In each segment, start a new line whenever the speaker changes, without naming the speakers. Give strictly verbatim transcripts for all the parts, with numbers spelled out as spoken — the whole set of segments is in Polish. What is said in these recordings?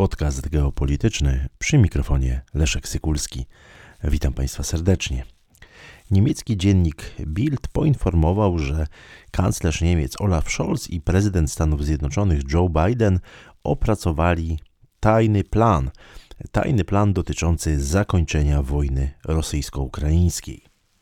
Podcast geopolityczny, przy mikrofonie Leszek Sykulski. Witam Państwa serdecznie. Niemiecki dziennik Bild poinformował, że kanclerz Niemiec Olaf Scholz i prezydent Stanów Zjednoczonych Joe Biden opracowali tajny plan. Tajny plan dotyczący zakończenia wojny rosyjsko-ukraińskiej.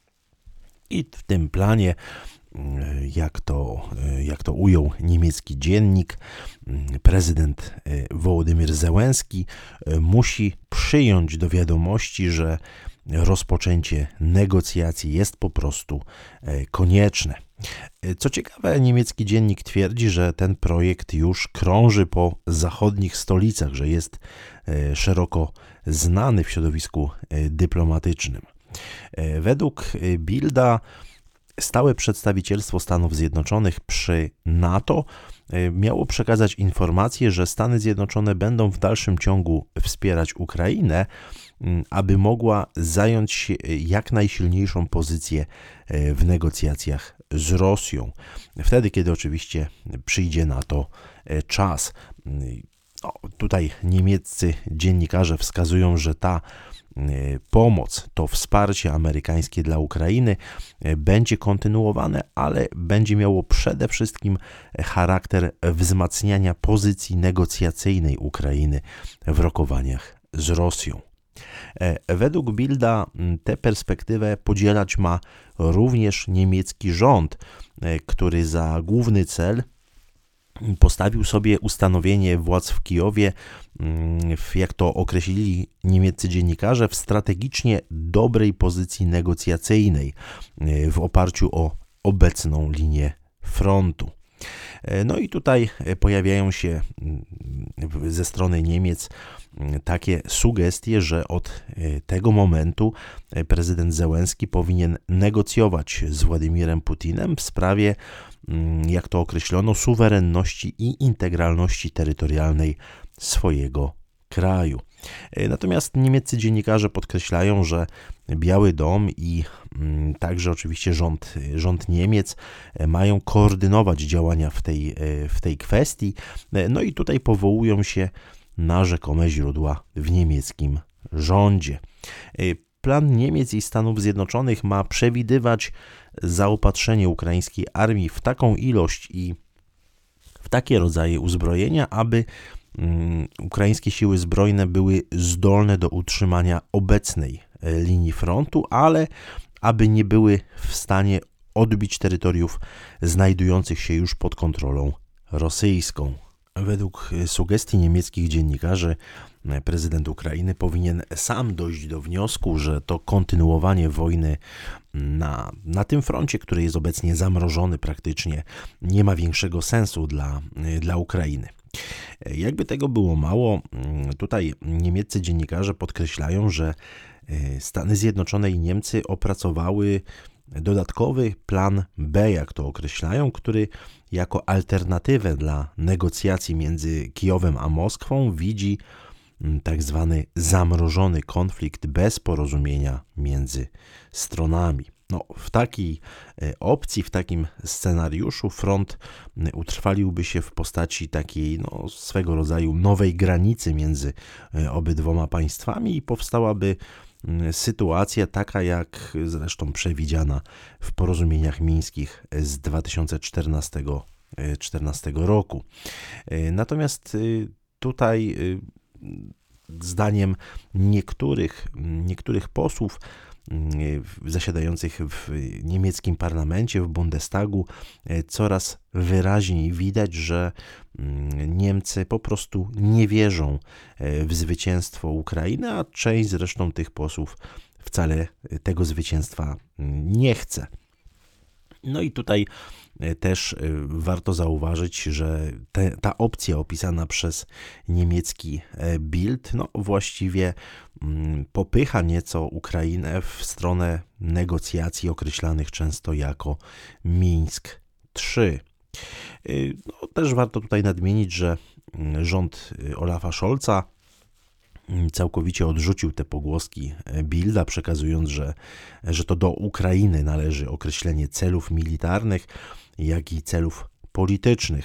I w tym planie, jak to, jak to ujął niemiecki dziennik, prezydent Wołodymyr Zełenski musi przyjąć do wiadomości, że rozpoczęcie negocjacji jest po prostu konieczne. Co ciekawe, niemiecki dziennik twierdzi, że ten projekt już krąży po zachodnich stolicach, że jest szeroko znany w środowisku dyplomatycznym. Według Bilda stałe przedstawicielstwo Stanów Zjednoczonych przy NATO miało przekazać informację, że Stany Zjednoczone będą w dalszym ciągu wspierać Ukrainę, aby mogła zająć jak najsilniejszą pozycję w negocjacjach z Rosją. Wtedy, kiedy oczywiście przyjdzie na to czas. No, tutaj niemieccy dziennikarze wskazują, że ta pomoc, to wsparcie amerykańskie dla Ukrainy będzie kontynuowane, ale będzie miało przede wszystkim charakter wzmacniania pozycji negocjacyjnej Ukrainy w rokowaniach z Rosją. Według Bilda tę perspektywę podzielać ma również niemiecki rząd, który za główny cel postawił sobie ustanowienie władz w Kijowie, jak to określili niemieccy dziennikarze, w strategicznie dobrej pozycji negocjacyjnej w oparciu o obecną linię frontu. No i tutaj pojawiają się ze strony Niemiec takie sugestie, że od tego momentu prezydent Zełenski powinien negocjować z Władimirem Putinem w sprawie, jak to określono, suwerenności i integralności terytorialnej swojego kraju. Natomiast niemieccy dziennikarze podkreślają, że Biały Dom i także oczywiście rząd, rząd Niemiec mają koordynować działania w tej, w tej kwestii. No i tutaj powołują się na rzekome źródła w niemieckim rządzie. Plan Niemiec i Stanów Zjednoczonych ma przewidywać zaopatrzenie ukraińskiej armii w taką ilość i w takie rodzaje uzbrojenia, aby um, ukraińskie siły zbrojne były zdolne do utrzymania obecnej linii frontu, ale aby nie były w stanie odbić terytoriów znajdujących się już pod kontrolą rosyjską. Według sugestii niemieckich dziennikarzy prezydent Ukrainy powinien sam dojść do wniosku, że to kontynuowanie wojny na, na tym froncie, który jest obecnie zamrożony praktycznie, nie ma większego sensu dla, dla Ukrainy. Jakby tego było mało, tutaj niemieccy dziennikarze podkreślają, że Stany Zjednoczone i Niemcy opracowały dodatkowy plan B, jak to określają, który jako alternatywę dla negocjacji między Kijowem a Moskwą widzi tak zwany zamrożony konflikt bez porozumienia między stronami. No, w takiej opcji, w takim scenariuszu front utrwaliłby się w postaci takiej no, swego rodzaju nowej granicy między obydwoma państwami i powstałaby sytuacja taka jak zresztą przewidziana w porozumieniach mińskich z dwa tysiące czternastego roku. Natomiast tutaj zdaniem niektórych, niektórych posłów zasiadających w niemieckim parlamencie, w Bundestagu, coraz wyraźniej widać, że Niemcy po prostu nie wierzą w zwycięstwo Ukrainy, a część zresztą tych posłów wcale tego zwycięstwa nie chce. No i tutaj też warto zauważyć, że te, ta opcja opisana przez niemiecki Bild no właściwie popycha nieco Ukrainę w stronę negocjacji określanych często jako Mińsk trzy. No, też warto tutaj nadmienić, że rząd Olafa Scholza całkowicie odrzucił te pogłoski Bilda, przekazując, że, że to do Ukrainy należy określenie celów militarnych, jak i celów politycznych.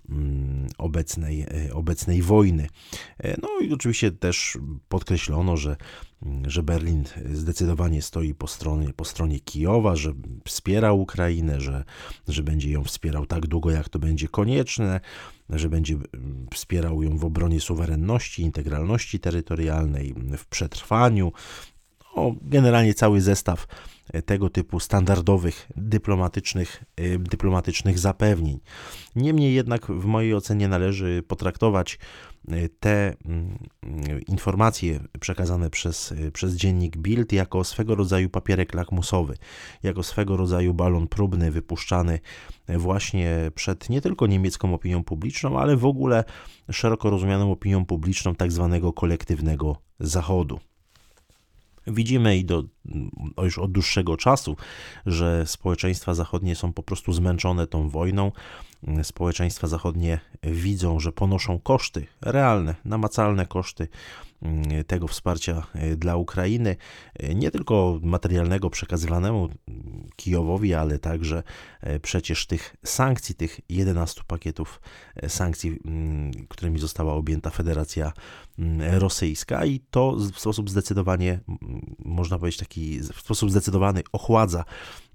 obecnej, obecnej wojny. No i oczywiście też podkreślono, że, że Berlin zdecydowanie stoi po stronie, po stronie Kijowa, że wspiera Ukrainę, że, że będzie ją wspierał tak długo, jak to będzie konieczne, że będzie wspierał ją w obronie suwerenności, integralności terytorialnej, w przetrwaniu. No, generalnie cały zestaw tego typu standardowych dyplomatycznych, dyplomatycznych zapewnień. Niemniej jednak w mojej ocenie należy potraktować te informacje przekazane przez, przez dziennik Bild jako swego rodzaju papierek lakmusowy, jako swego rodzaju balon próbny wypuszczany właśnie przed nie tylko niemiecką opinią publiczną, ale w ogóle szeroko rozumianą opinią publiczną tak zwanego kolektywnego Zachodu. Widzimy i do, już od dłuższego czasu, że społeczeństwa zachodnie są po prostu zmęczone tą wojną. Społeczeństwa zachodnie widzą, że ponoszą koszty, realne, namacalne koszty tego wsparcia dla Ukrainy, nie tylko materialnego przekazywanemu Kijowowi, ale także przecież tych sankcji, tych jedenastu pakietów sankcji, którymi została objęta Federacja Rosyjska, i to w sposób zdecydowany, można powiedzieć taki, w sposób zdecydowany ochładza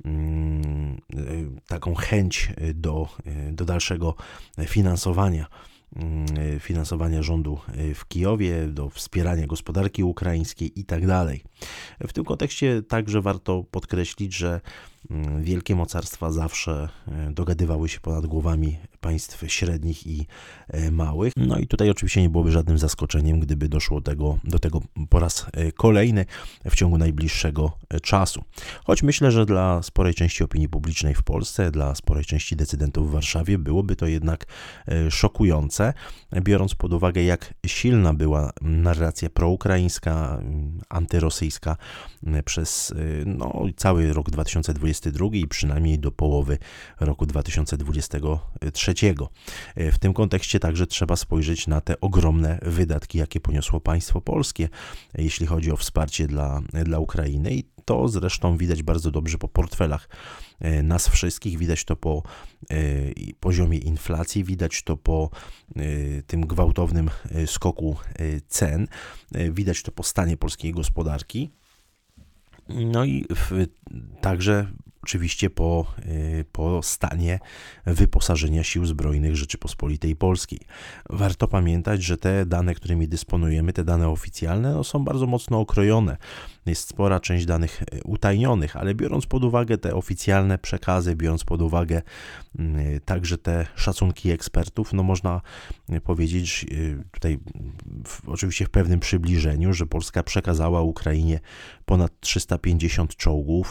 taką chęć do, do dalszego finansowania finansowania rządu w Kijowie, do wspierania gospodarki ukraińskiej i tak dalej. W tym kontekście także warto podkreślić, że wielkie mocarstwa zawsze dogadywały się ponad głowami państw średnich i małych. No i tutaj oczywiście nie byłoby żadnym zaskoczeniem, gdyby doszło tego, do tego po raz kolejny w ciągu najbliższego czasu. Choć myślę, że dla sporej części opinii publicznej w Polsce, dla sporej części decydentów w Warszawie byłoby to jednak szokujące, biorąc pod uwagę, jak silna była narracja proukraińska, antyrosyjska przez no, cały rok dwa tysiące dwudziesty drugi i przynajmniej do połowy roku dwa tysiące dwudziestego trzeciego. W tym kontekście także trzeba spojrzeć na te ogromne wydatki, jakie poniosło państwo polskie, jeśli chodzi o wsparcie dla, dla Ukrainy, i to zresztą widać bardzo dobrze po portfelach nas wszystkich, widać to po poziomie inflacji, widać to po tym gwałtownym skoku cen, widać to po stanie polskiej gospodarki. No i w, także oczywiście po, po stanie wyposażenia Sił Zbrojnych Rzeczypospolitej Polskiej. Warto pamiętać, że te dane, którymi dysponujemy, te dane oficjalne, no, są bardzo mocno okrojone. Jest spora część danych utajnionych, ale biorąc pod uwagę te oficjalne przekazy, biorąc pod uwagę także te szacunki ekspertów, no można powiedzieć tutaj w, oczywiście w pewnym przybliżeniu, że Polska przekazała Ukrainie ponad trzysta pięćdziesiąt czołgów,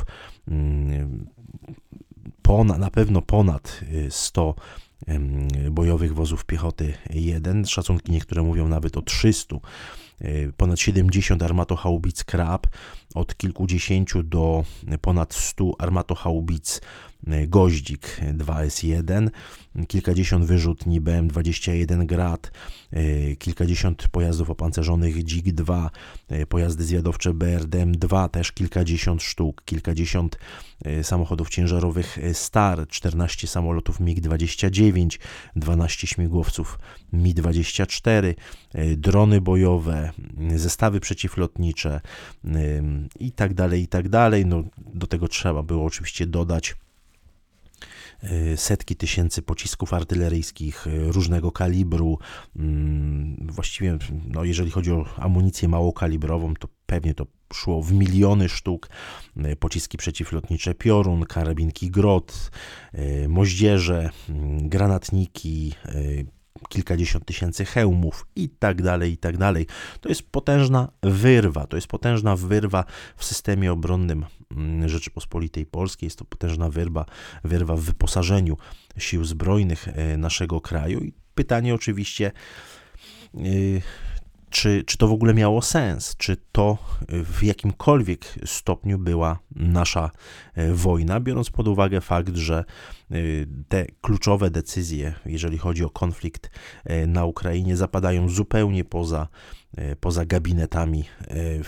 ponad, na pewno ponad sto bojowych wozów piechoty jeden, szacunki niektóre mówią nawet o trzystu, ponad siedemdziesiąt armatochaubic Krab, od kilkudziesięciu do ponad stu armatochaubic Goździk dwa S jeden, kilkadziesiąt wyrzutni B M dwadzieścia jeden Grad, kilkadziesiąt pojazdów opancerzonych Dzik dwa, pojazdy zwiadowcze B R D M dwa, też kilkadziesiąt sztuk, kilkadziesiąt samochodów ciężarowych Star, czternaście samolotów MiG dwadzieścia dziewięć, dwanaście śmigłowców Mi dwadzieścia cztery, drony bojowe, zestawy przeciwlotnicze i tak dalej, i tak dalej. No, do tego trzeba było oczywiście dodać setki tysięcy pocisków artyleryjskich różnego kalibru. Właściwie, no, jeżeli chodzi o amunicję małokalibrową, to pewnie to szło w miliony sztuk. Pociski przeciwlotnicze Piorun, karabinki Grot, moździerze, granatniki, kilkadziesiąt tysięcy hełmów i tak dalej, i tak dalej. To jest potężna wyrwa, to jest potężna wyrwa w systemie obronnym Rzeczypospolitej Polskiej, jest to potężna wyrwa, wyrwa w wyposażeniu sił zbrojnych naszego kraju. I pytanie oczywiście, yy, Czy, czy to w ogóle miało sens? Czy to w jakimkolwiek stopniu była nasza wojna, biorąc pod uwagę fakt, że te kluczowe decyzje, jeżeli chodzi o konflikt na Ukrainie, zapadają zupełnie poza, poza gabinetami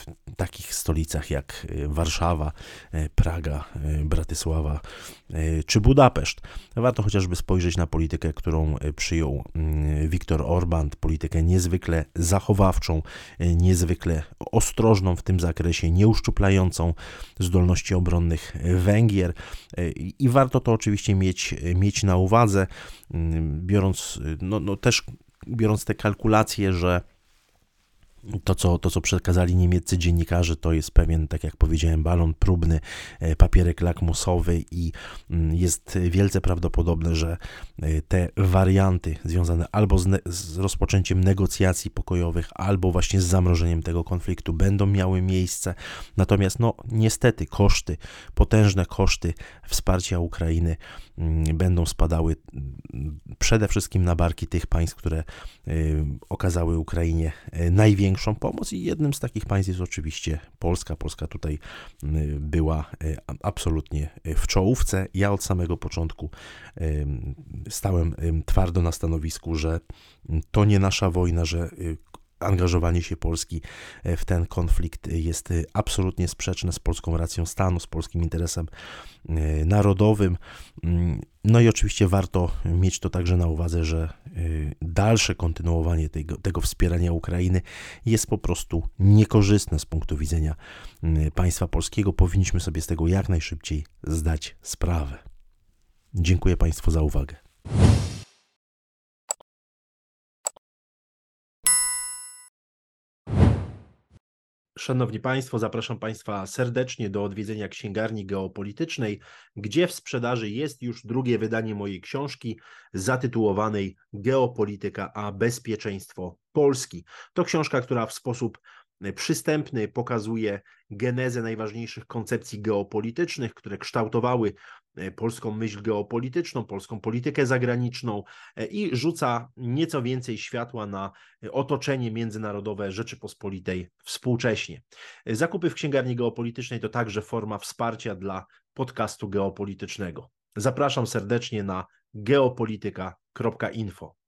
w takich stolicach jak Warszawa, Praga, Bratysława czy Budapeszt. Warto chociażby spojrzeć na politykę, którą przyjął Viktor Orban, politykę niezwykle zachowawczą, niezwykle ostrożną w tym zakresie, nieuszczuplającą zdolności obronnych Węgier i warto to oczywiście mieć, mieć na uwadze, biorąc, no, no też biorąc te kalkulacje, że To co, to, co przekazali niemieccy dziennikarze, to jest pewien, tak jak powiedziałem, balon próbny, papierek lakmusowy i jest wielce prawdopodobne, że te warianty związane albo z, ne- z rozpoczęciem negocjacji pokojowych, albo właśnie z zamrożeniem tego konfliktu będą miały miejsce. Natomiast no niestety koszty, potężne koszty wsparcia Ukrainy będą spadały przede wszystkim na barki tych państw, które okazały Ukrainie największą pomoc i jednym z takich państw jest oczywiście Polska. Polska tutaj była absolutnie w czołówce. Ja od samego początku stałem twardo na stanowisku, że to nie nasza wojna, że angażowanie się Polski w ten konflikt jest absolutnie sprzeczne z polską racją stanu, z polskim interesem narodowym. No i oczywiście warto mieć to także na uwadze, że dalsze kontynuowanie tego, tego wspierania Ukrainy jest po prostu niekorzystne z punktu widzenia państwa polskiego. Powinniśmy sobie z tego jak najszybciej zdać sprawę. Dziękuję Państwu za uwagę. Szanowni Państwo, zapraszam Państwa serdecznie do odwiedzenia Księgarni Geopolitycznej, gdzie w sprzedaży jest już drugie wydanie mojej książki zatytułowanej Geopolityka a bezpieczeństwo Polski. To książka, która w sposób przystępny pokazuje genezę najważniejszych koncepcji geopolitycznych, które kształtowały polską myśl geopolityczną, polską politykę zagraniczną i rzuca nieco więcej światła na otoczenie międzynarodowe Rzeczypospolitej współcześnie. Zakupy w Księgarni Geopolitycznej to także forma wsparcia dla podcastu geopolitycznego. Zapraszam serdecznie na geopolityka kropka info.